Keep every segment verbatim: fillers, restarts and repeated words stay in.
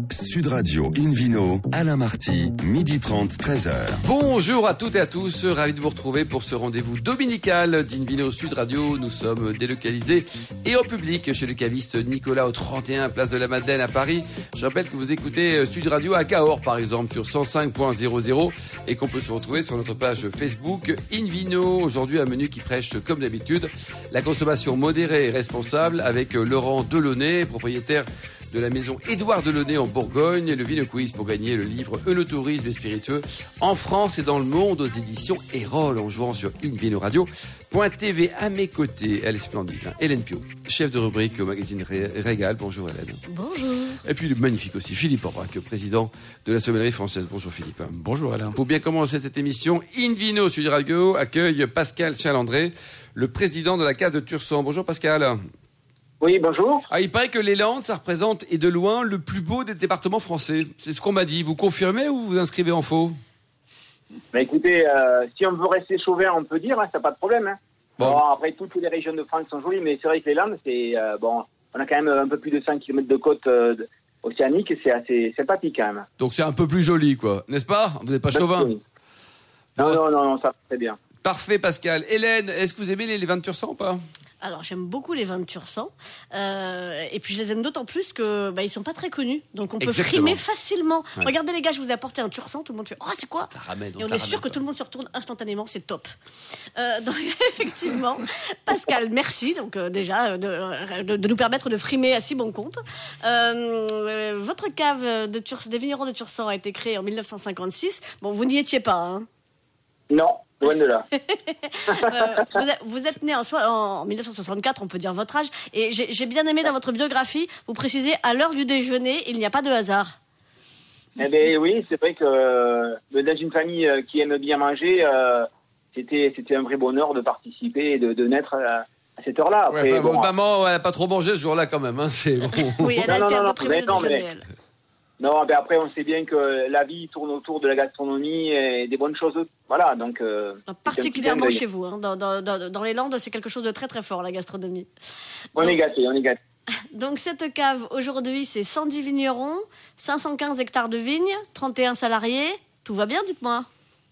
Sud Radio Invino, Alain Marty, midi trente, treize heures. Bonjour à toutes et à tous, ravi de vous retrouver pour ce rendez-vous dominical d'Invino Sud Radio. Nous sommes délocalisés et en public chez le caviste Nicolas au trente et un place de la Madeleine à Paris. Je rappelle que vous écoutez Sud Radio à Cahors par exemple sur cent cinq point zéro zéro et qu'on peut se retrouver sur notre page Facebook Invino. Aujourd'hui un menu qui prêche comme d'habitude la consommation modérée et responsable avec Laurent Delaunay, propriétaire de la maison Édouard Delaunay en Bourgogne, le Vino Quiz pour gagner le livre Œnotourisme et spiritueux en France et dans le monde aux éditions Erol en jouant sur invino radio point t v. À mes côtés, elle est splendide, hein, Hélène Pio, chef de rubrique au magazine Ré- Régal. Bonjour Hélène. Bonjour. Et puis le magnifique aussi Philippe Aubrac, président de la sommellerie française. Bonjour Philippe. Bonjour Alain. Pour bien commencer cette émission, Invino Sud Radio accueille Pascal Chalandré, le président de la cave de Tursan. Bonjour Pascal. Oui, bonjour. Ah, il paraît que les Landes, ça représente, et de loin, le plus beau des départements français. C'est ce qu'on m'a dit. Vous confirmez ou vous inscrivez en faux? Bah écoutez, euh, si on veut rester chauvin, on peut dire, hein, ça n'a pas de problème. Hein. Bon. Alors, après, toutes les régions de France sont jolies, mais c'est vrai que les Landes, c'est euh, bon, on a quand même un peu plus de cent kilomètres de côte euh, océanique, et c'est assez sympathique quand même. Donc c'est un peu plus joli, quoi. N'est-ce pas? Vous n'êtes pas chauvin? Oui. Non, non, non, non, ça très bien. Parfait, Pascal. Hélène, est-ce que vous aimez les, les vins de Tursan ou pas? Alors j'aime beaucoup les vins de Tursan euh, et puis je les aime d'autant plus que bah, ils sont pas très connus, donc on peut Exactement. frimer facilement. Ouais. Regardez les gars, je vous ai apporté un Tursan, tout le monde fait oh c'est quoi? Ça ramène, Et on ça est sûr ramène, que quoi. tout le monde se retourne instantanément, c'est top. Euh, donc effectivement, Pascal, merci donc euh, déjà de, de, de nous permettre de frimer à si bon compte. Euh, votre cave de Tursan, des vignerons de Tursan a été créée en mille neuf cent cinquante-six. Bon, vous n'y étiez pas, hein? Non, loin de là. Euh, vous, êtes, vous êtes né en, soi- en mille neuf cent soixante-quatre, on peut dire votre âge. Et j'ai, j'ai bien aimé dans votre biographie, vous précisez à l'heure du déjeuner, il n'y a pas de hasard. Eh bien oui, c'est vrai que euh, dans une famille euh, qui aime bien manger, euh, c'était, c'était un vrai bonheur de participer et de, de naître à, à cette heure-là. Ouais, Après, enfin, bon, votre maman, elle n'a pas trop mangé ce jour-là quand même. Hein, c'est bon. Oui, elle a Non, été non, un non, peu privée mais de non, déjeuner, mais- elle. Non, ben après, on sait bien que la vie tourne autour de la gastronomie et des bonnes choses. Voilà, donc... Euh, Donc, c'est un particulièrement petit clin chez vous. Hein, dans, dans, dans, dans les Landes, c'est quelque chose de très très fort, la gastronomie. On Donc- est gâtés, on est gâtés. Donc cette cave, aujourd'hui, c'est cent dix vignerons, cinq cent quinze hectares de vignes, trente et un salariés. Tout va bien, dites-moi.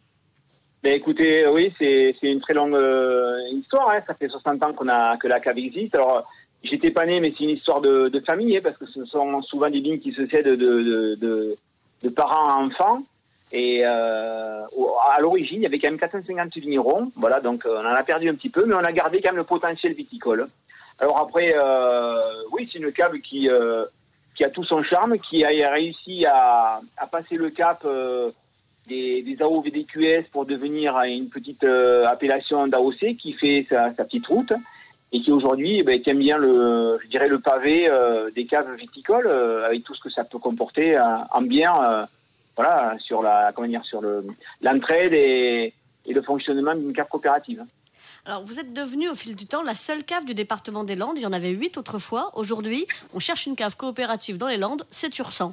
Ben écoutez, oui, c'est, c'est une très longue euh, histoire. Hein. Ça fait soixante ans qu'on a, que la cave existe. Alors, j'étais pas né, mais c'est une histoire de, de famille, hein, parce que ce sont souvent des vignes qui se cèdent de, de, de, de parents à enfants. Et euh, au- à l'origine, il y avait quand même quatre cent cinquante vignerons. Voilà, donc euh, on en a perdu un petit peu, mais on a gardé quand même le potentiel viticole. Alors après, euh, oui, c'est une cave qui, euh, qui a tout son charme, qui a réussi à, à passer le cap euh, des, des A O V D Q S pour devenir une petite euh, appellation d'A O C qui fait sa, sa petite route et qui aujourd'hui eh ben, qui aime bien le, je dirais le pavé euh, des caves viticoles euh, avec tout ce que ça peut comporter euh, en bien, euh, voilà, sur la, comment dire, sur le l'entraide et, et le fonctionnement d'une cave coopérative. Alors, vous êtes devenu au fil du temps la seule cave du département des Landes. Il y en avait huit autrefois. Aujourd'hui, on cherche une cave coopérative dans les Landes, c'est Tursan.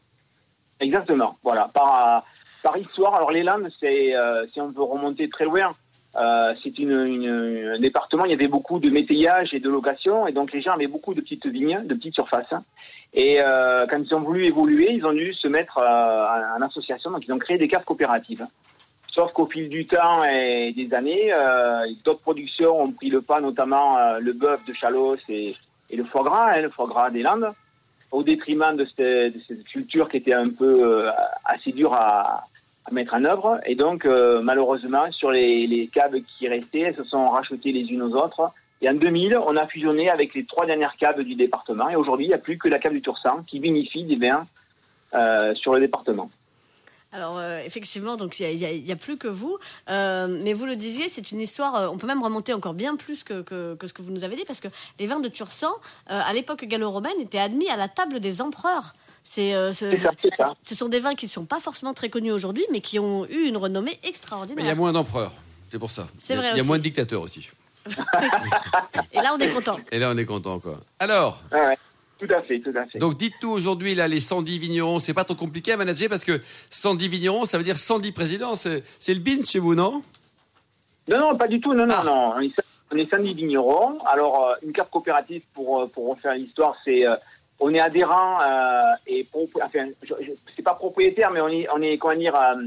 Exactement, voilà. Par, par histoire, alors les Landes, c'est, euh, si on veut remonter très loin, euh, c'est une, une, un département, il y avait beaucoup de métayage et de location, et donc les gens avaient beaucoup de petites vignes, de petites surfaces. Et euh, quand ils ont voulu évoluer, ils ont dû se mettre euh, en association, donc ils ont créé des caves coopératives. Sauf qu'au fil du temps et des années, euh, d'autres productions ont pris le pas, notamment euh, le bœuf de Chalosse et, et le foie gras, hein, le foie gras des Landes, au détriment de cette, de cette culture qui était un peu euh, assez dure à, à mettre en œuvre. Et donc, euh, malheureusement, sur les, les caves qui restaient, elles se sont rachetées les unes aux autres. Et en deux mille, on a fusionné avec les trois dernières caves du département. Et aujourd'hui, il n'y a plus que la cave du Tursan qui vinifie des vins euh, sur le département. Alors euh, effectivement, donc il n'y a, a, a plus que vous, euh, mais vous le disiez, c'est une histoire. Euh, on peut même remonter encore bien plus que, que, que ce que vous nous avez dit, parce que les vins de Tursan, euh, à l'époque gallo-romaine, étaient admis à la table des empereurs. C'est, euh, ce, C'est ça, c'est ça. ce sont des vins qui ne sont pas forcément très connus aujourd'hui, mais qui ont eu une renommée extraordinaire. Mais il y a moins d'empereurs, c'est pour ça. C'est il y a, vrai il y a aussi. moins de dictateurs aussi. Et là, on est content. Et là, on est content, quoi. Alors, Ah ouais, tout à fait, tout à fait. donc dites tout aujourd'hui, là, les cent dix vignerons, c'est pas trop compliqué à manager parce que cent dix vignerons, ça veut dire cent dix présidents. C'est, c'est le bin chez vous, non? Non, non, pas du tout. Non, non, Ah. non. On est, on est cent dix vignerons. Alors, euh, une cave coopérative, pour, pour refaire l'histoire, c'est, euh, on est adhérent euh, et pro, enfin, je, je, c'est pas propriétaire, mais on est, on est comment dire, euh,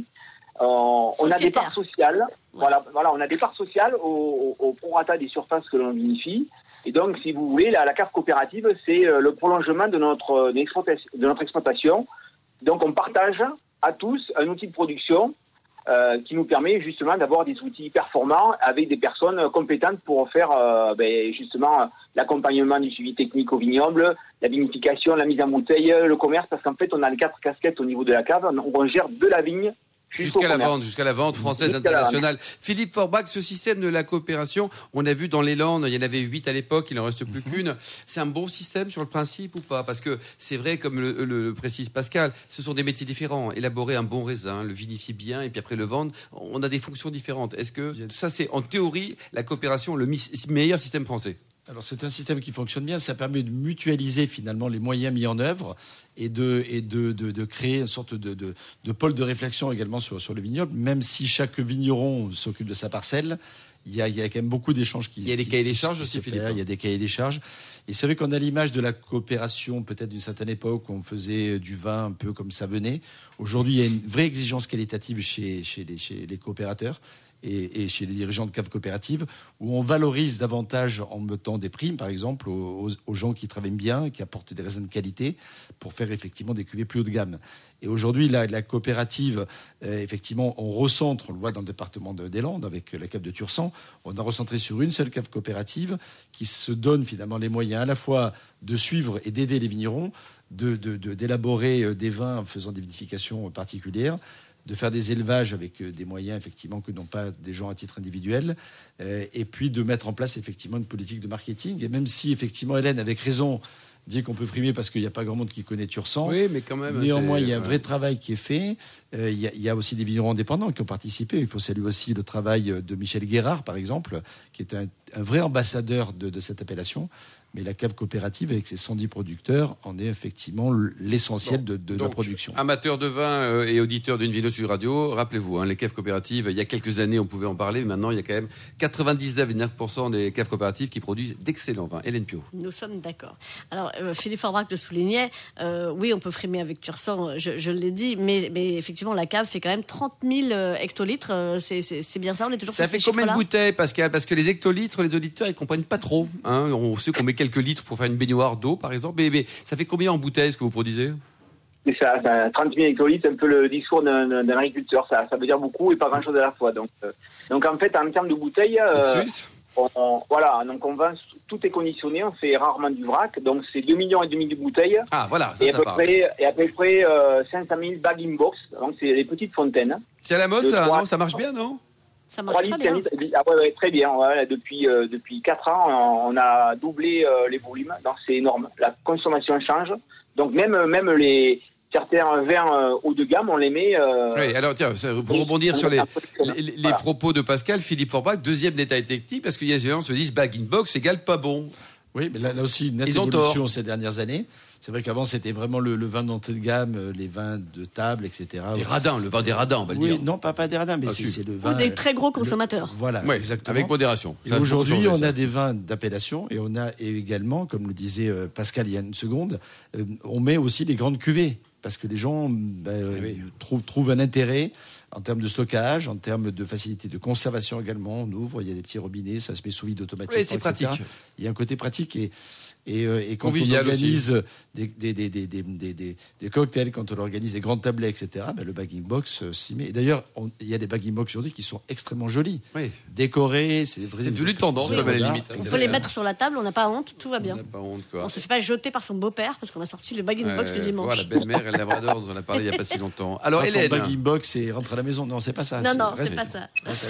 on, on a des parts sociales. Ouais. Voilà, voilà, on a des parts sociales au, au, au prorata des surfaces que l'on vinifie. Et donc, si vous voulez, la, la cave coopérative, c'est euh, le prolongement de notre, de, l'exploitation, de notre exploitation. Donc, on partage à tous un outil de production euh, qui nous permet justement d'avoir des outils performants avec des personnes compétentes pour faire euh, ben, justement l'accompagnement du suivi technique au vignoble, la vinification, la mise en bouteille, le commerce, parce qu'en fait, on a les quatre casquettes au niveau de la cave. On gère de la vigne Jusqu'à la vente, jusqu'à la vente française, jusqu'à internationale. Philippe Forbach, ce système de la coopération, on a vu dans les Landes, il y en avait huit à l'époque, il n'en reste plus mm-hmm. qu'une. C'est un bon système sur le principe ou pas? Parce que c'est vrai, comme le, le, le précise Pascal, ce sont des métiers différents. Élaborer un bon raisin, le vinifier bien et puis après le vendre, on a des fonctions différentes. Est-ce que ça, c'est en théorie la coopération, le meilleur système français? Alors c'est un système qui fonctionne bien, ça permet de mutualiser finalement les moyens mis en œuvre et de, et de, de, de créer une sorte de, de, de pôle de réflexion également sur, sur le vignoble, même si chaque vigneron s'occupe de sa parcelle. Il y, a, il y a quand même beaucoup d'échanges qui... Il y a des cahiers des charges aussi, Philippe. Il y a des cahiers des charges. Et c'est vrai qu'on a l'image de la coopération, peut-être d'une certaine époque, où on faisait du vin un peu comme ça venait. Aujourd'hui, il y a une vraie exigence qualitative chez, chez, les, chez les coopérateurs et, et chez les dirigeants de caves coopératives, où on valorise davantage en mettant des primes, par exemple, aux, aux gens qui travaillent bien, qui apportent des raisins de qualité, pour faire effectivement des cuvées plus haut de gamme. Et aujourd'hui, la, la coopérative, euh, effectivement, on recentre, on le voit dans le département de, des Landes, avec la cave de Tursan, on a recentré sur une seule cave coopérative qui se donne finalement les moyens à la fois de suivre et d'aider les vignerons, de, de, de, d'élaborer des vins en faisant des vinifications particulières, de faire des élevages avec des moyens effectivement que n'ont pas des gens à titre individuel, euh, et puis de mettre en place effectivement une politique de marketing. Et même si effectivement Hélène, avec raison, dit qu'on peut frimer parce qu'il n'y a pas grand monde qui connaît Tursan. Oui, mais quand même. Néanmoins, il y a un vrai travail qui est fait. Euh, il, y a, il y a aussi des vignerons indépendants qui ont participé. Il faut saluer aussi le travail de Michel Guérard, par exemple, qui est un, un vrai ambassadeur de, de cette appellation. Mais la cave coopérative, avec ses cent dix producteurs, en est effectivement l'essentiel bon, de, de donc, la production. Amateurs de vin euh, et auditeurs d'une vidéo sur radio, rappelez-vous, hein, les caves coopératives, il y a quelques années, on pouvait en parler. Mais maintenant, il y a quand même quatre-vingt-dix-neuf virgule neuf pour cent des caves coopératives qui produisent d'excellents vins. Hélène Pio. Nous sommes d'accord. Alors, euh, Philippe Forbach le soulignait, euh, oui, on peut frimer avec Tursan, je, je l'ai dit, mais, mais effectivement, la cave fait quand même trente mille hectolitres. Euh, c'est, c'est, c'est bien ça, on est toujours ça sur ces fait combien de chiffres-là bouteilles, Pascal? Parce que les hectolitres, les auditeurs, ils comprennent pas trop. Hein. On sait qu'on met quelques litres pour faire une baignoire d'eau, par exemple. Mais, mais ça fait combien en bouteilles, ce que vous produisez? C'est ça, ça trente mille hectolitres, c'est un peu le discours d'un, d'un agriculteur. Ça, ça veut dire beaucoup et pas grand-chose à la fois. Donc, euh, donc en fait, en termes de bouteilles, euh, on, on, voilà, donc on vend, tout est conditionné, on fait rarement du vrac. Donc c'est deux millions et demi de bouteilles. Ah voilà, ça, et, ça à peu parle. près, et à peu près euh, cinq cent mille bag in box. Donc c'est les petites fontaines. C'est à la mode, ça, non? Ça marche bien, non? Ça marche très bien. Ah ouais, ouais, très bien. Ouais, depuis euh, depuis quatre ans, on a doublé euh, les volumes. Donc c'est énorme. La consommation change. Donc même même les certains vins euh, haut de gamme, on les met. Euh... Oui. Alors tiens, pour rebondir sur les les, les voilà. propos de Pascal, Philippe Forbach, deuxième détail technique, parce qu'il y a des gens qui se disent bag in box égale pas bon. Oui, mais là, là aussi, une nette Ils évolution ces dernières années. C'est vrai qu'avant, c'était vraiment le, le vin d'entrée de gamme, les vins de table, et cetera. Des radins, le vin des radins, on va le oui, dire. Non, pas, pas des radins, mais ah, c'est, c'est le vin... Ou des très gros consommateurs. Le, voilà, oui, exactement. Avec modération. Et aujourd'hui, on a des vins d'appellation et on a également, comme le disait Pascal il y a une seconde, euh, on met aussi les grandes cuvées. Parce que les gens bah, oui. trouvent, trouvent un intérêt en termes de stockage, en termes de facilité de conservation également. On ouvre, il y a des petits robinets, ça se met sous vide automatiquement. Oui, c'est pratique. Il y a un côté pratique et... Et, euh, et quand on organise des, des, des, des, des, des, des cocktails, quand on organise des grandes tablées, et cetera, ben le bagging box euh, s'y met. Et d'ailleurs, on, il y a des bagging box aujourd'hui qui sont extrêmement jolis, oui. décorés. C'est, c'est devenu tendance, oui, à la limite. On peut les mettre sur la table, on n'a pas honte, tout va bien. On n'a pas honte, quoi. On se fait pas jeter par son beau-père parce qu'on a sorti le bagging euh, box le dimanche. Voilà, la belle-mère et le Labrador, on en a parlé il n'y a pas si longtemps. Alors, quand Hélène. bagging box et rentre à la maison, non, c'est pas ça. Non, c'est, non, reste, c'est pas ça. Reste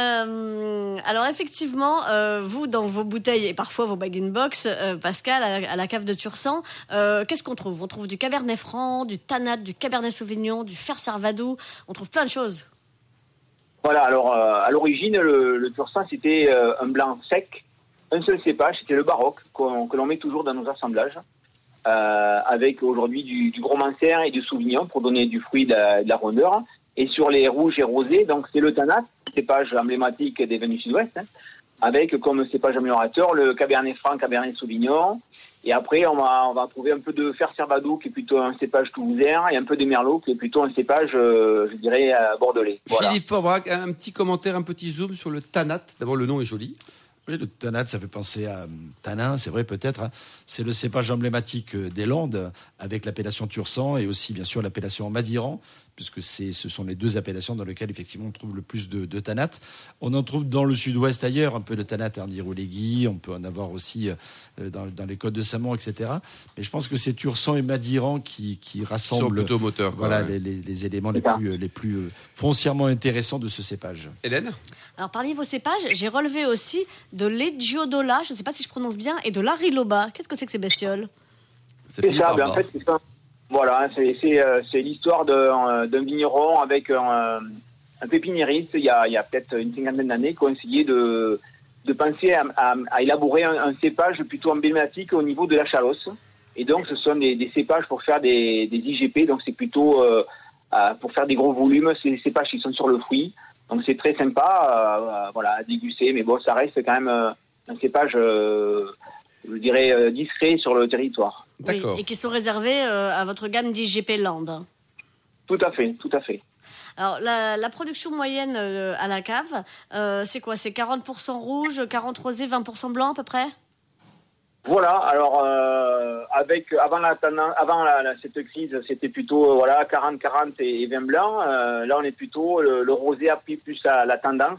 euh, alors effectivement, euh, vous dans vos bouteilles et parfois vos bagging box, euh, Pascal, à la, à la cave de Tursan, euh, qu'est-ce qu'on trouve? On trouve du Cabernet Franc, du Tanat, du Cabernet Sauvignon, du Fer Sarvadou. On trouve plein de choses. Voilà. Alors euh, à l'origine, le, le Tursan c'était euh, un blanc sec, un seul cépage, c'était le Baroque qu'on, que l'on met toujours dans nos assemblages, euh, avec aujourd'hui du, du Gros Mancer et du Sauvignon pour donner du fruit, de la, de la rondeur. Et sur les rouges et rosés, donc c'est le Tanat, cépage emblématique des vins du Sud-Ouest. Hein. avec comme cépage améliorateur le Cabernet Franc, Cabernet Sauvignon. Et après, on va, on va trouver un peu de Fer-Cerbado, qui est plutôt un cépage toulousain, et un peu de Merlot, qui est plutôt un cépage, euh, je dirais, euh, bordelais. Voilà. Philippe Forbrac, un petit commentaire, un petit zoom sur le Tanat. D'abord, le nom est joli. Oui, le Tanat, ça fait penser à tanin, c'est vrai peut-être. Hein. C'est le cépage emblématique des Landes, avec l'appellation Tursan et aussi bien sûr l'appellation Madiran, puisque c'est, ce sont les deux appellations dans lesquelles effectivement on trouve le plus de, de Tanat. On en trouve dans le sud-ouest ailleurs, un peu de Tanat à Andirouléguy, on peut en avoir aussi dans, dans les côtes de Samon, et cetera. Mais je pense que c'est Tursan et Madiran qui, qui rassemblent Ils sont plutôt moteurs, quoi, voilà, ouais. les, les, les éléments les plus, les plus foncièrement intéressants de ce cépage. Hélène ? Alors, parmi vos cépages, j'ai relevé aussi de l'Egiodola, je ne sais pas si je prononce bien, et de l'Ariloba. Qu'est-ce que c'est que ces bestioles ? C'est C'est Philippe ça, ben, en Forbrac. fait, c'est ça. Voilà, c'est, c'est, euh, c'est l'histoire d'un, d'un vigneron avec un, un pépiniériste, il y a, il y a peut-être une cinquantaine d'années, qui ont essayé de, de penser à, à, à élaborer un, un cépage plutôt emblématique au niveau de la Chalosse. Et donc, ce sont des, des cépages pour faire des, des I G P, donc c'est plutôt euh, euh, pour faire des gros volumes, c'est des cépages qui sont sur le fruit. Donc c'est très sympa euh, euh, voilà, à déguster, mais bon, ça reste quand même euh, un cépage, euh, je dirais, euh, discret sur le territoire. D'accord. Oui, et qui sont réservés euh, à votre gamme d'I G P Land. Tout à fait, tout à fait. Alors, la, la production moyenne euh, à la cave, euh, c'est quoi ? C'est quarante pour cent rouge, quarante pour cent rosé, vingt pour cent blanc à peu près ? Voilà, alors euh, avec avant la avant la, la, cette crise, c'était plutôt euh, voilà quarante quarante et, et vingt blanc. Euh, là, on est plutôt le, le rosé a pris plus la, la tendance.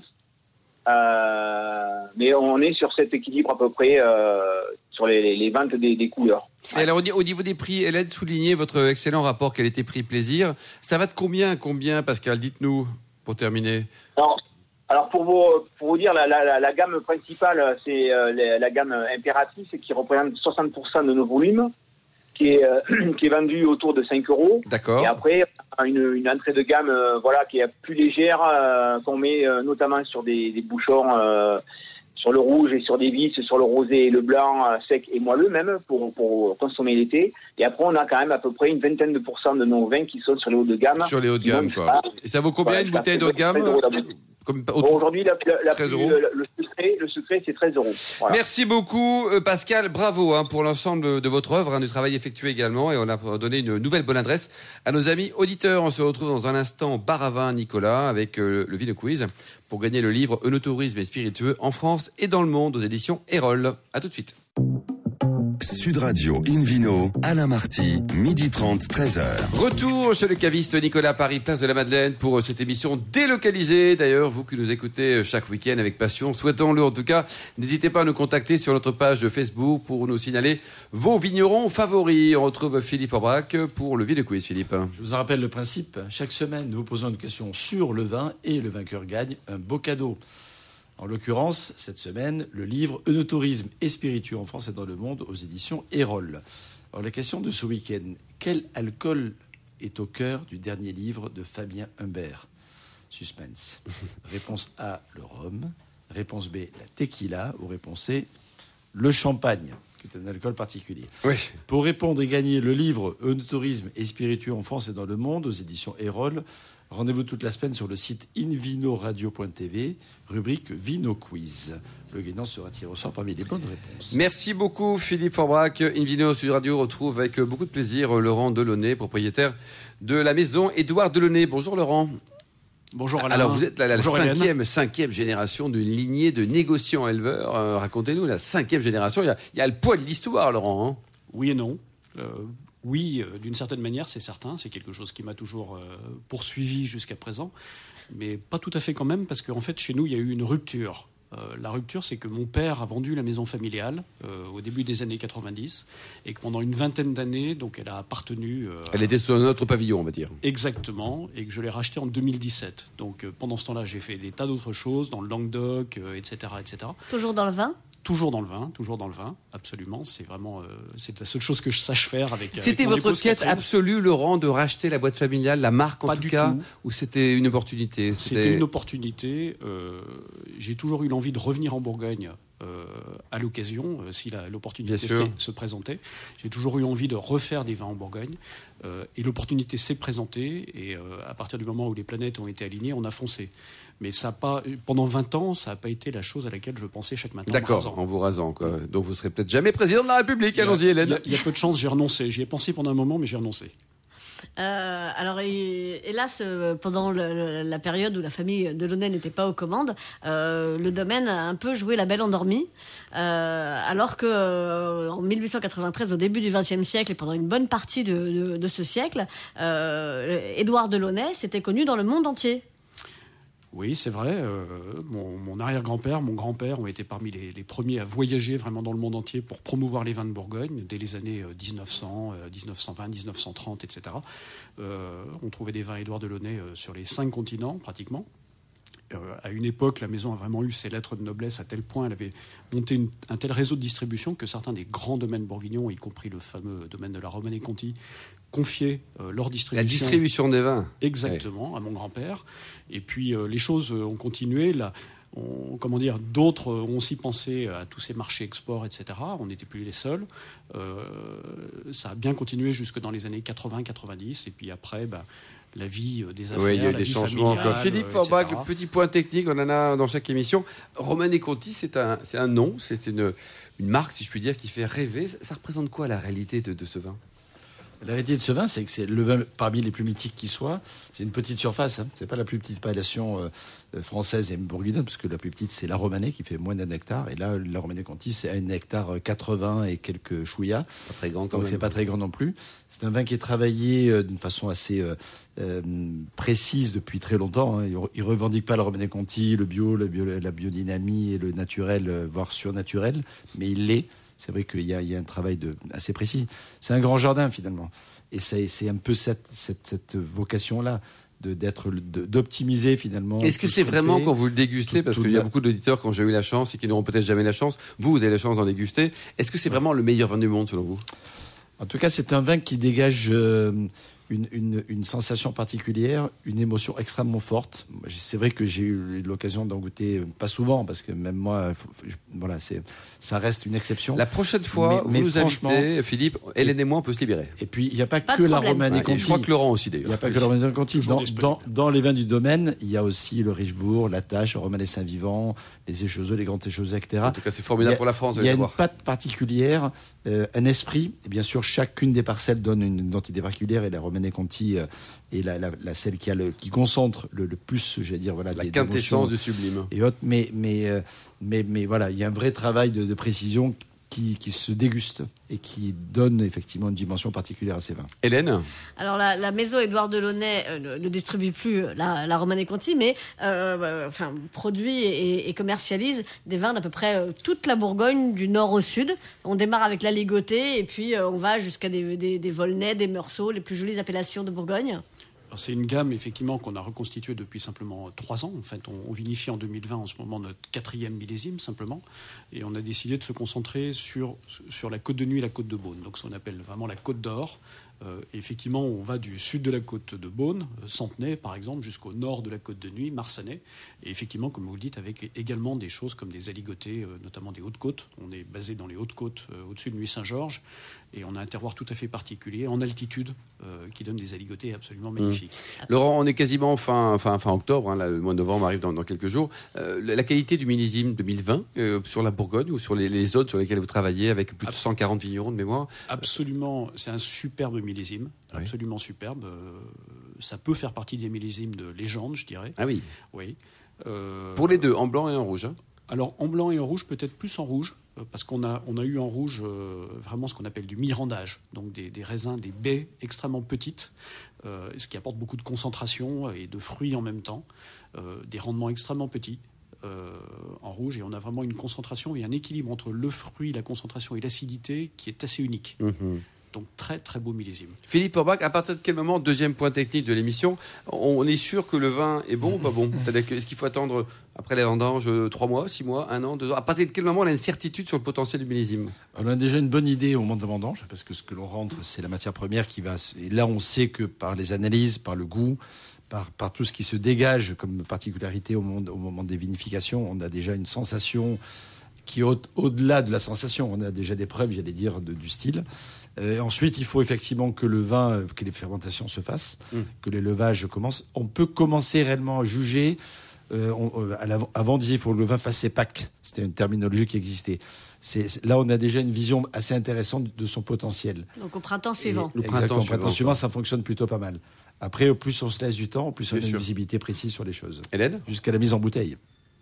Euh, mais on est sur cet équilibre à peu près euh, sur les, les, les ventes des, des couleurs. Et alors, au, au niveau des prix, Hélène, soulignez votre excellent rapport qualité-prix-plaisir. Ça va de combien à combien, Pascal ? Dites-nous, pour terminer. Alors, alors pour, vous, pour vous dire, la, la, la gamme principale, c'est euh, la, la gamme impératrice qui représente soixante pour cent de nos volumes, qui est, euh, qui est vendue autour de cinq euros. D'accord. Et après, une, une entrée de gamme euh, voilà, qui est plus légère, euh, qu'on met euh, notamment sur des, des bouchons, euh, sur le rouge et sur des vis, sur le rosé et le blanc, euh, sec et moelleux même, pour, pour consommer l'été. Et après, on a quand même à peu près une vingtaine de pourcents de nos vins qui sont sur les hauts de gamme. Sur les hauts de gamme, quoi. Et ça vaut combien, voilà, une bouteille de haut de gamme ? Comme, Bon, aujourd'hui, la, la, la treize plus, euros. le, le secret, le secret, c'est treize euros. Voilà. Merci beaucoup, euh, Pascal. Bravo hein, pour l'ensemble de votre œuvre, hein, du travail effectué également. Et on a donné une nouvelle bonne adresse à nos amis auditeurs. On se retrouve dans un instant au bar à vin Nicolas avec euh, le Vino Quiz pour gagner le livre Œnotourisme et spiritueux en France et dans le monde aux éditions Erol. À tout de suite. Sud Radio Invino, Alain Marty, midi trente, treize heures. Retour chez le caviste Nicolas Paris, place de la Madeleine, pour cette émission délocalisée. D'ailleurs, vous qui nous écoutez chaque week-end avec passion, souhaitons-le en tout cas. N'hésitez pas à nous contacter sur notre page Facebook pour nous signaler vos vignerons favoris. On retrouve Philippe Forbrac pour le Vino Quiz. Philippe. Je vous en rappelle le principe. Chaque semaine, nous vous posons une question sur le vin et le vainqueur gagne un beau cadeau. En l'occurrence, cette semaine, le livre Œnotourisme et spiritueux en France et dans le monde aux éditions Erol. Alors la question de ce week-end, quel alcool est au cœur du dernier livre de Fabien Humbert ? Suspense. Réponse A, le rhum. Réponse B, la tequila. Ou réponse C, le champagne, qui est un alcool particulier. Oui. Pour répondre et gagner le livre Œnotourisme et spiritueux en France et dans le monde aux éditions Erol, rendez-vous toute la semaine sur le site invinoradio point t v, rubrique Vino Quiz. Le gagnant sera tiré au sort parmi les bonnes réponses. Merci beaucoup Philippe Forbrac. Invino Sud Radio retrouve avec beaucoup de plaisir Laurent Delaunay, propriétaire de la maison Édouard Delaunay. Bonjour Laurent. Bonjour Alain. Alors vous êtes la, la Bonjour, cinquième, cinquième génération d'une lignée de négociants éleveurs. Euh, racontez-nous la cinquième génération. Il y a, il y a le poids de l'histoire, Laurent. Hein. Oui et non. Euh, oui, euh, d'une certaine manière, c'est certain. C'est quelque chose qui m'a toujours euh, poursuivi jusqu'à présent. Mais pas tout à fait quand même, parce qu'en fait, chez nous, il y a eu une rupture. Euh, la rupture, c'est que mon père a vendu la maison familiale euh, au début des années quatre-vingt-dix et que pendant une vingtaine d'années, donc elle a appartenu... Euh, Elle était sur notre pavillon, on va dire. Exactement, et que je l'ai rachetée en deux mille dix-sept. Donc euh, pendant ce temps-là, j'ai fait des tas d'autres choses, dans le Languedoc, euh, et cetera, et cetera. Toujours dans le vin ? Toujours dans le vin, toujours dans le vin, absolument. C'est vraiment, euh, c'est la seule chose que je sache faire avec. C'était avec mon votre épouse quête Catherine. absolue, Laurent, de racheter la boîte familiale, la marque en Pas tout du cas, tout. ou c'était une opportunité? C'était une opportunité. Euh, j'ai toujours eu l'envie de revenir en Bourgogne euh, à l'occasion, euh, si la, l'opportunité se, se présentait. J'ai toujours eu envie de refaire des vins en Bourgogne, euh, et l'opportunité s'est présentée, et euh, à partir du moment où les planètes ont été alignées, on a foncé. Mais ça a pas, pendant vingt ans, ça n'a pas été la chose à laquelle je pensais chaque matin. D'accord, en vous rasant. Quoi. Donc vous serez peut-être jamais président de la République. Allons-y, Hélène. Il y, y a peu de chance, j'ai renoncé. J'y ai pensé pendant un moment, mais j'ai renoncé. Euh, alors, hélas, pendant le, le, la période où la famille Delaunay n'était pas aux commandes, euh, le domaine a un peu joué la belle endormie, euh, alors que euh, en mille huit cent quatre-vingt-treize, au début du vingtième siècle et pendant une bonne partie de, de, de ce siècle, euh, Édouard Delaunay s'était connu dans le monde entier. Oui, c'est vrai. Euh, mon, mon arrière-grand-père, mon grand-père ont été parmi les, les premiers à voyager vraiment dans le monde entier pour promouvoir les vins de Bourgogne dès les années dix-neuf cents, dix-neuf cent vingt, dix-neuf cent trente, et cetera. Euh, on trouvait des vins Édouard Delaunay sur les cinq continents, pratiquement. Euh, à une époque, la maison a vraiment eu ses lettres de noblesse à tel point, elle avait monté une, un tel réseau de distribution que certains des grands domaines bourguignons, y compris le fameux domaine de la Romanée-Conti, confiaient euh, leur distribution. La distribution des vins. Exactement, ouais. À mon grand-père. Et puis euh, les choses ont continué. Là, on, comment dire, d'autres ont aussi pensé à tous ces marchés export, et cetera. On n'était plus les seuls. Euh, ça a bien continué jusque dans les années quatre-vingts quatre-vingt-dix. Et puis après, bah, la vie des affaires, oui, il y a eu la des vie changements. familiale, Philippe euh, Forbach, le petit point technique, on en a dans chaque émission. Romanée-Conti, c'est un, c'est un nom, c'est une, une marque, si je puis dire, qui fait rêver. Ça représente quoi la réalité de, de ce vin ? La réalité de ce vin, c'est que c'est le vin parmi les plus mythiques qui soit. C'est une petite surface. Hein. C'est pas la plus petite appellation euh, française et bourguignonne, parce que la plus petite, c'est la Romanée, qui fait moins d'un hectare. Et là, la Romanée-Conti, c'est un hectare quatre-vingts et quelques chouillas. Pas très grand. Donc c'est pas très grand non plus. C'est un vin qui est travaillé euh, d'une façon assez euh, euh, précise depuis très longtemps. Hein. Il revendique pas la Romanée-Conti, le bio, la, bio, la biodynamie et le naturel, euh, voire surnaturel, mais il l'est. C'est vrai qu'il y a, il y a un travail de, assez précis. C'est un grand jardin, finalement. Et c'est, c'est un peu cette, cette, cette vocation-là, de, d'être, de, d'optimiser, finalement. Est-ce que c'est vraiment fait, quand vous le dégustez, tout, parce qu'il y a la... beaucoup d'auditeurs qui ont jamais eu la chance et qui n'auront peut-être jamais la chance, vous, vous avez la chance d'en déguster. Est-ce que c'est vraiment le meilleur vin du monde, selon vous ? En tout cas, c'est un vin qui dégage euh, une, une, une sensation particulière, une émotion extrêmement forte. C'est vrai que j'ai eu l'occasion d'en goûter, pas souvent, parce que même moi, faut, faut, voilà, c'est, ça reste une exception. La prochaine fois, mais, vous mais nous invitez, Philippe, Hélène et moi, on peut se libérer. Et puis, il n'y a pas, pas que la Romanée-Conti. Je crois que Laurent aussi, d'ailleurs. Il n'y a pas que la Romanée-Conti. Dans, dans, dans les vins du domaine, il y a aussi le Richebourg, la Tâche, le Romanée Saint-Vivant, les échezeux, les grands échezeux, et cetera. En tout cas, c'est formidable a, pour la France. Il y a une patte particulière, euh, un esprit. Et bien sûr, chacune des parcelles donne une identité particulière. Et la Romanée-Conti euh, est la, la, la celle qui, a le, qui concentre le, le plus, j'allais dire, voilà, la quintessence du sublime. Et autres, mais, mais, euh, mais, mais voilà, il y a un vrai travail de, de précision qui, qui se déguste et qui donne effectivement une dimension particulière à ces vins. Hélène ? Alors la, la maison Édouard Delaunay euh, ne, ne distribue plus la, la Romanée-Conti, mais euh, enfin, produit et, et commercialise des vins d'à peu près euh, toute la Bourgogne, du nord au sud. On démarre avec la Ligotée et puis euh, on va jusqu'à des, des, des Volnay, des Meursault, les plus jolies appellations de Bourgogne. Alors c'est une gamme effectivement qu'on a reconstituée depuis simplement trois ans. En fait, on, on vinifie en deux mille vingt en ce moment notre quatrième millésime simplement, et on a décidé de se concentrer sur sur la Côte de Nuit et la Côte de Beaune. Donc, ce qu'on appelle vraiment la Côte d'Or. Euh, effectivement, on va du sud de la côte de Beaune, euh, Centenay par exemple, jusqu'au nord de la côte de Nuit, Marsanais. Et effectivement, comme vous le dites, avec également des choses comme des aligotés, euh, notamment des Hautes-Côtes. On est basé dans les Hautes-Côtes, euh, au-dessus de Nuit-Saint-Georges. Et on a un terroir tout à fait particulier, en altitude, euh, qui donne des aligotés absolument magnifiques. Mmh. Laurent, on est quasiment fin, fin, fin octobre, hein, là, le mois de novembre arrive dans, dans quelques jours. Euh, la qualité du millésime deux mille vingt, euh, sur la Bourgogne ou sur les, les zones sur lesquelles vous travaillez, avec plus de cent quarante vignerons de mémoire ? Absolument, c'est un superbe millésime, oui. Absolument superbe. Euh, ça peut faire partie des millésimes de légende, je dirais. Ah oui. Oui. Euh, Pour les deux, en blanc et en rouge. Hein. Alors en blanc et en rouge, peut-être plus en rouge, euh, parce qu'on a on a eu en rouge euh, vraiment ce qu'on appelle du mirandage, donc des, des raisins, des baies extrêmement petites, euh, ce qui apporte beaucoup de concentration et de fruits en même temps, euh, des rendements extrêmement petits. Euh, en rouge, et on a vraiment une concentration et un équilibre entre le fruit, la concentration et l'acidité qui est assez unique. Mmh. Donc très très beau millésime. Philippe Forbach, à partir de quel moment, deuxième point technique de l'émission, on est sûr que le vin est bon ou pas bon ? C'est-à-dire que, est-ce qu'il faut attendre après les vendanges trois mois, six mois, un an, deux ans ? À partir de quel moment on a une certitude sur le potentiel du millésime ? On a déjà une bonne idée au moment de la vendange, parce que ce que l'on rentre, c'est la matière première qui va... Et là, on sait que par les analyses, par le goût, par, par tout ce qui se dégage comme particularité au moment, au moment des vinifications, on a déjà une sensation qui est au- au-delà de la sensation. On a déjà des preuves, j'allais dire, de, du style. Euh, ensuite, il faut effectivement que le vin, euh, que les fermentations se fassent, mm. que les leuvages commencent. On peut commencer réellement à juger. Euh, on, euh, à avant, on disait qu'il faut que le vin fasse ses pâques. C'était une terminologie qui existait. C'est, c'est, là, on a déjà une vision assez intéressante de son potentiel. Donc au printemps suivant. Et, Le exactement, printemps au printemps suivant, suivant, ça fonctionne plutôt pas mal. Après, au plus on se laisse du temps, au plus on Bien a sûr. une visibilité précise sur les choses. Hélène ? Jusqu'à la mise en bouteille.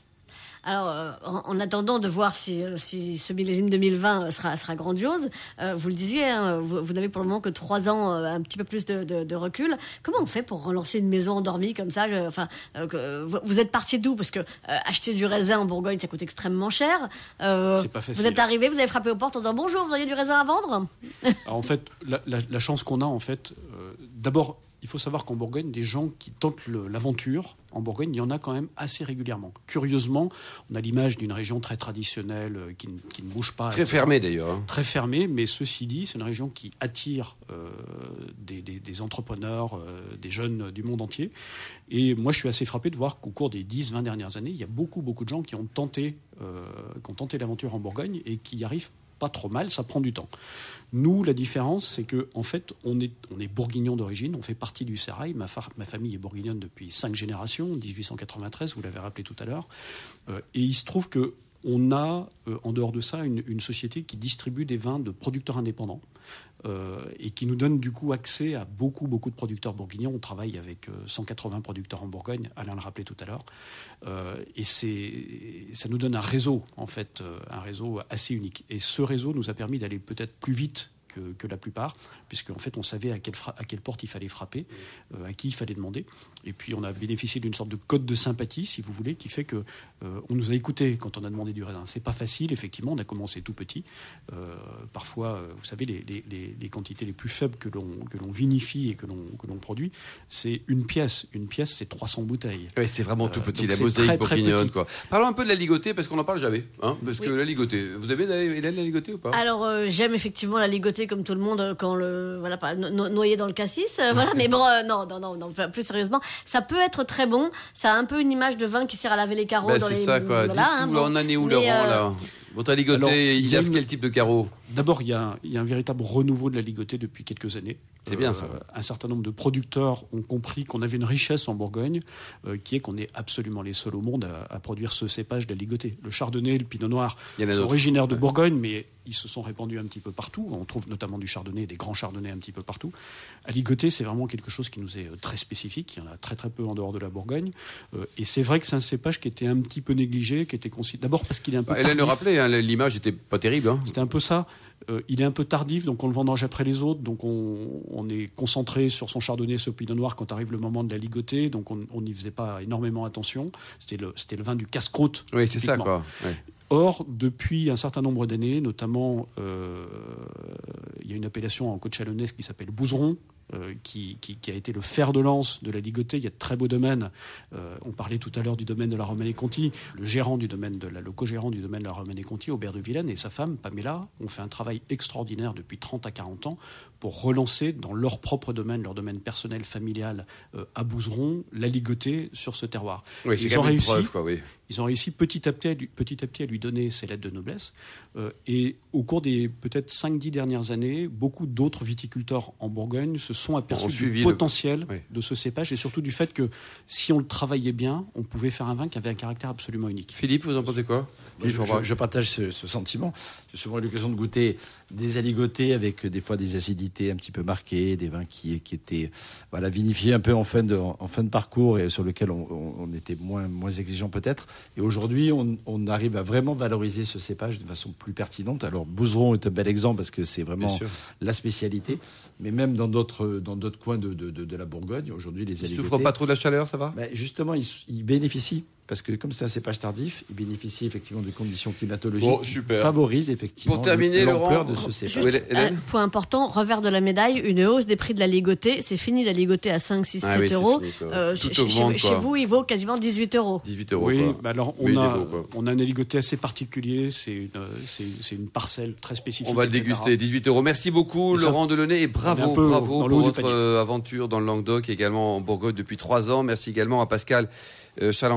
Alors, euh, en, en attendant de voir si, euh, si ce millésime deux mille vingt sera, sera grandiose, euh, vous le disiez, hein, vous, vous n'avez pour le moment que trois ans, euh, un petit peu plus de, de, de recul. Comment on fait pour relancer une maison endormie comme ça je, enfin, euh, que, vous, vous êtes parti d'où ? Parce que euh, acheter du raisin en Bourgogne, ça coûte extrêmement cher. Euh, C'est pas facile. Vous êtes arrivé, vous avez frappé aux portes en disant bonjour, vous auriez du raisin à vendre ? Alors, en fait, la, la, la chance qu'on a, en fait, euh, d'abord, il faut savoir qu'en Bourgogne, des gens qui tentent le, l'aventure, en Bourgogne, il y en a quand même assez régulièrement. Curieusement, on a l'image d'une région très traditionnelle, euh, qui, qui ne bouge pas. Très et cetera. fermé d'ailleurs. hein. Très fermée, mais ceci dit, c'est une région qui attire euh, des, des, des entrepreneurs, euh, des jeunes du monde entier. Et moi, je suis assez frappé de voir qu'au cours des dix vingt dernières années, il y a beaucoup, beaucoup de gens qui ont tenté, euh, qui ont tenté l'aventure en Bourgogne et qui y arrivent pas trop mal, ça prend du temps. Nous, la différence, c'est que en fait, on est, on est bourguignon d'origine, on fait partie du sérail. Ma, fa- ma famille est bourguignonne depuis cinq générations, dix-huit cent quatre-vingt-treize, vous l'avez rappelé tout à l'heure. Euh, et il se trouve que on a, euh, en dehors de ça, une, une société qui distribue des vins de producteurs indépendants euh, et qui nous donne du coup accès à beaucoup, beaucoup de producteurs bourguignons. On travaille avec euh, cent quatre-vingts producteurs en Bourgogne, Alain le rappelait tout à l'heure. Euh, et c'est, ça nous donne un réseau, en fait, euh, un réseau assez unique. Et ce réseau nous a permis d'aller peut-être plus vite que, que la plupart, puisqu'en fait, on savait à quelle, fra- à quelle porte il fallait frapper, euh, à qui il fallait demander. Et puis, on a bénéficié d'une sorte de code de sympathie, si vous voulez, qui fait que euh, on nous a écoutés quand on a demandé du raisin. C'est pas facile, effectivement. On a commencé tout petit. Euh, parfois, euh, vous savez, les, les, les, les quantités les plus faibles que l'on, que l'on vinifie et que l'on, que l'on produit, c'est une pièce. Une pièce, c'est trois cents bouteilles. Ouais, c'est vraiment tout Euh, petit, donc la c'est mosaïque très, très bourguignonne. petit. Quoi. Parlons un peu de la ligotée, parce qu'on n'en parle jamais. Hein, parce Oui. que la ligotée, vous avez, Hélène, la ligotée ou pas ? Alors euh, j'aime effectivement la ligotée comme tout le monde euh, quand le voilà pas no- no- noyé dans le cassis euh, voilà mais bon euh, non non non non plus sérieusement ça peut être très bon, ça a un peu une image de vin qui sert à laver les carreaux Bah, dans c'est les ça, quoi. voilà, Dites hein, tout, bon. on en est où, Mais, Laurent, euh, là ? Votre ligotée, Alors, il il y a lave une- quel type de carreau ? D'abord, il y, a, il y a un véritable renouveau de la ligotée depuis quelques années. C'est bien, ça. Un certain nombre de producteurs ont compris qu'on avait une richesse en Bourgogne, euh, qui est qu'on est absolument les seuls au monde à, à produire ce cépage de la ligotée. Le chardonnay, le pinot noir Il y en a sont d'autres. originaires de Ouais. Bourgogne, mais ils se sont répandus un petit peu partout. On trouve notamment du chardonnay, des grands chardonnays un petit peu partout. À ligoter, c'est vraiment quelque chose qui nous est euh, très spécifique. Il y en a très très peu en dehors de la Bourgogne. Euh, et c'est vrai que c'est un cépage qui était un petit peu négligé, qui était considéré... D'abord parce qu'il est un peu Bah, Hélène le tardif. rappelait, hein, l'image n'était pas terrible. Hein. C'était un peu ça. Euh, il est un peu tardif, donc on le vendange après les autres. Donc on, on est concentré sur son chardonnay, ce pinot noir quand arrive le moment de la ligoter. Donc on n'y faisait pas énormément attention. C'était le, c'était le vin du casse-croûte. Oui, c'est ça, typiquement. quoi. Ouais. Or, depuis un certain nombre d'années, notamment, euh, il y a une appellation en côte chalonnaise qui s'appelle Bouzeron, euh, qui, qui, qui a été le fer de lance de la ligotée. Il y a de très beaux domaines. Euh, on parlait tout à l'heure du domaine de la Romanée-Conti. Le gérant du domaine de la, le co-gérant du domaine de la Romanée-Conti, Aubert de Vilaine, et sa femme, Pamela, ont fait un travail extraordinaire depuis trente à quarante ans pour relancer dans leur propre domaine, leur domaine personnel, familial, euh, à Bouzeron, la ligotée sur ce terroir. Oui, Et c'est ils quand ont même une réussi. preuve, quoi, oui. Ils ont réussi petit à petit à lui, petit à petit à lui donner ses lettres de noblesse. Euh, et au cours des peut-être cinq dix dernières années, beaucoup d'autres viticulteurs en Bourgogne se sont Ont aperçus suivi du le- potentiel Oui. de ce cépage et surtout du fait que si on le travaillait bien, on pouvait faire un vin qui avait un caractère absolument unique. Philippe, vous en pensez quoi ? Je, je- je partage ce, ce sentiment. J'ai souvent eu l'occasion de goûter des aligotés avec euh, des fois des acidités un petit peu marquées, des vins qui, qui étaient voilà, vinifiés un peu en fin de, en fin de parcours et sur lesquels on, on- on était moins, moins exigeant peut-être. Et aujourd'hui, on, on arrive à vraiment valoriser ce cépage de façon plus pertinente. Alors, Bouzeron est un bel exemple parce que c'est vraiment Bien sûr. la spécialité. Mais même dans d'autres, dans d'autres coins de, de, de, de la Bourgogne, aujourd'hui, les Il aligotés... souffre pas trop de la chaleur, ça va ? Ben, justement, ils, ils bénéficient, parce que comme c'est un cépage tardif, ils bénéficient effectivement des conditions climatologiques Bon, qui super. favorisent effectivement Pour terminer, l'ampleur Laurent, de ce cépage. Juste, Oui, Hélène un point important, revers de la médaille, une hausse des prix de la ligotée. C'est fini de la ligotée à cinq, six, Ah sept oui, c'est euros. fini, quoi. Euh, Tout chez, augmente, chez- quoi. chez vous, il vaut quasiment dix-huit euros. dix-huit euros, Oui, quoi. bah alors on, Oui, il est a, beau, quoi. on a un aligoté assez particulier, c'est une, c'est, c'est une parcelle très spécifique. On va le et cetera. déguster, dix-huit euros. Merci beaucoup, Et ça- Laurent Delaunay, et On est bravo, un peu bravo dans le pour haut du votre panier. euh, aventure dans le Languedoc, également en Bourgogne depuis trois ans. Merci également à Pascal euh, Chalandré,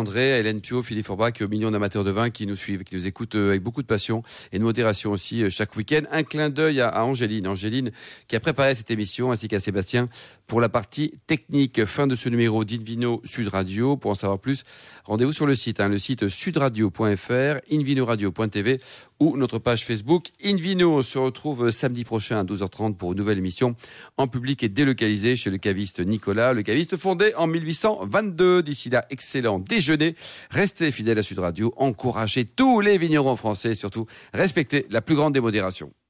Hélène Pio, Philippe Forbach, millions d'amateurs de vin qui nous suivent, qui nous écoutent avec beaucoup de passion et de modération aussi chaque week-end. Un clin d'œil à, à Angéline, Angéline qui a préparé cette émission, ainsi qu'à Sébastien pour la partie technique. Fin de ce numéro d'Invino Sud Radio. Pour en savoir plus, rendez-vous sur le site, hein, le site sudradio point f r, invinoradio point t v ou notre page Facebook Invino. On se retrouve samedi prochain à douze heures trente pour une nouvelle émission en public et délocalisée chez le caviste Nicolas, le caviste fondé en mille huit cent vingt-deux. D'ici là, excellent déjeuner. Restez fidèles à Sud Radio. Encouragez tous les vignerons français et surtout respectez la plus grande démodération.